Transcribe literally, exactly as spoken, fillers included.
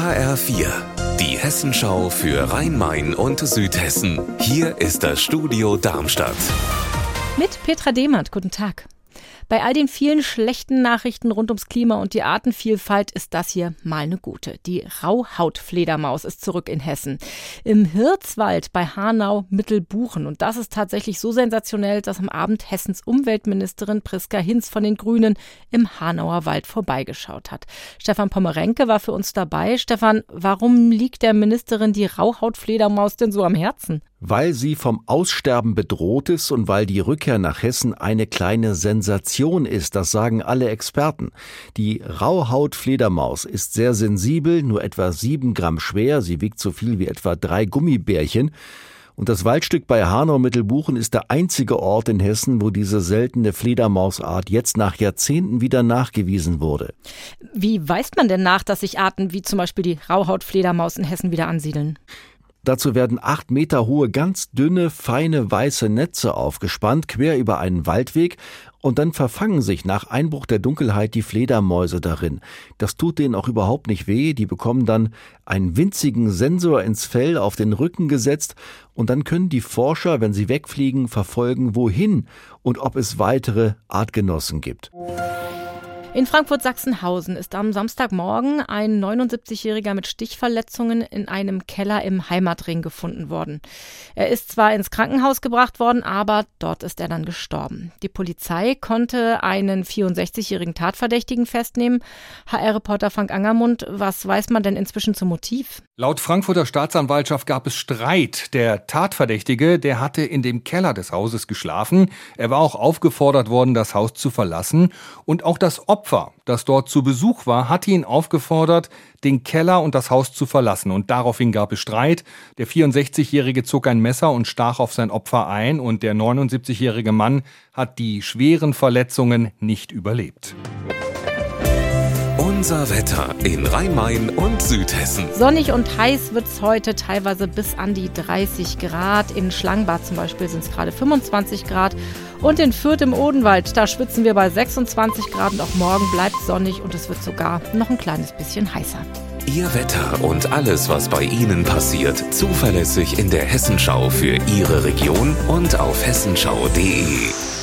H R vier, die Hessenschau für Rhein-Main und Südhessen. Hier ist das Studio Darmstadt. Mit Petra Dehmert, guten Tag. Bei all den vielen schlechten Nachrichten rund ums Klima und die Artenvielfalt ist das hier mal eine gute. Die Rauhautfledermaus ist zurück in Hessen. Im Hirzwald bei Hanau-Mittelbuchen. Und das ist tatsächlich so sensationell, dass am Abend Hessens Umweltministerin Priska Hinz von den Grünen im Hanauer Wald vorbeigeschaut hat. Stefan Pommerenke war für uns dabei. Stefan, warum liegt der Ministerin die Rauhautfledermaus denn so am Herzen? Weil sie vom Aussterben bedroht ist und weil die Rückkehr nach Hessen eine kleine Sensation ist, das sagen alle Experten. Die Rauhautfledermaus ist sehr sensibel, nur etwa sieben Gramm schwer, sie wiegt so viel wie etwa drei Gummibärchen. Und das Waldstück bei Hanau-Mittelbuchen ist der einzige Ort in Hessen, wo diese seltene Fledermausart jetzt nach Jahrzehnten wieder nachgewiesen wurde. Wie weist man denn nach, dass sich Arten wie zum Beispiel die Rauhautfledermaus in Hessen wieder ansiedeln? Dazu werden acht Meter hohe, ganz dünne, feine, weiße Netze aufgespannt, quer über einen Waldweg, und dann verfangen sich nach Einbruch der Dunkelheit die Fledermäuse darin. Das tut denen auch überhaupt nicht weh, die bekommen dann einen winzigen Sensor ins Fell auf den Rücken gesetzt und dann können die Forscher, wenn sie wegfliegen, verfolgen, wohin und ob es weitere Artgenossen gibt. In Frankfurt-Sachsenhausen ist am Samstagmorgen ein neunundsiebzigjähriger mit Stichverletzungen in einem Keller im Heimatring gefunden worden. Er ist zwar ins Krankenhaus gebracht worden, aber dort ist er dann gestorben. Die Polizei konnte einen vierundsechzigjährigen Tatverdächtigen festnehmen. H R-Reporter Frank Angermund, was weiß man denn inzwischen zum Motiv? Laut Frankfurter Staatsanwaltschaft gab es Streit. Der Tatverdächtige, der hatte in dem Keller des Hauses geschlafen. Er war auch aufgefordert worden, das Haus zu verlassen. Und auch das Opfer, das dort zu Besuch war, hatte ihn aufgefordert, den Keller und das Haus zu verlassen. Und daraufhin gab es Streit. Der vierundsechzigjährige zog ein Messer und stach auf sein Opfer ein. Und der neunundsiebzigjährige Mann hat die schweren Verletzungen nicht überlebt. Unser Wetter in Rhein-Main und Südhessen. Sonnig und heiß wird es heute, teilweise bis an die dreißig Grad. In Schlangenbad zum Beispiel sind es gerade fünfundzwanzig Grad. Und in Fürth im Odenwald, da schwitzen wir bei sechsundzwanzig Grad. Und auch morgen bleibt sonnig und es wird sogar noch ein kleines bisschen heißer. Ihr Wetter und alles, was bei Ihnen passiert, zuverlässig in der Hessenschau für Ihre Region und auf hessenschau punkt de.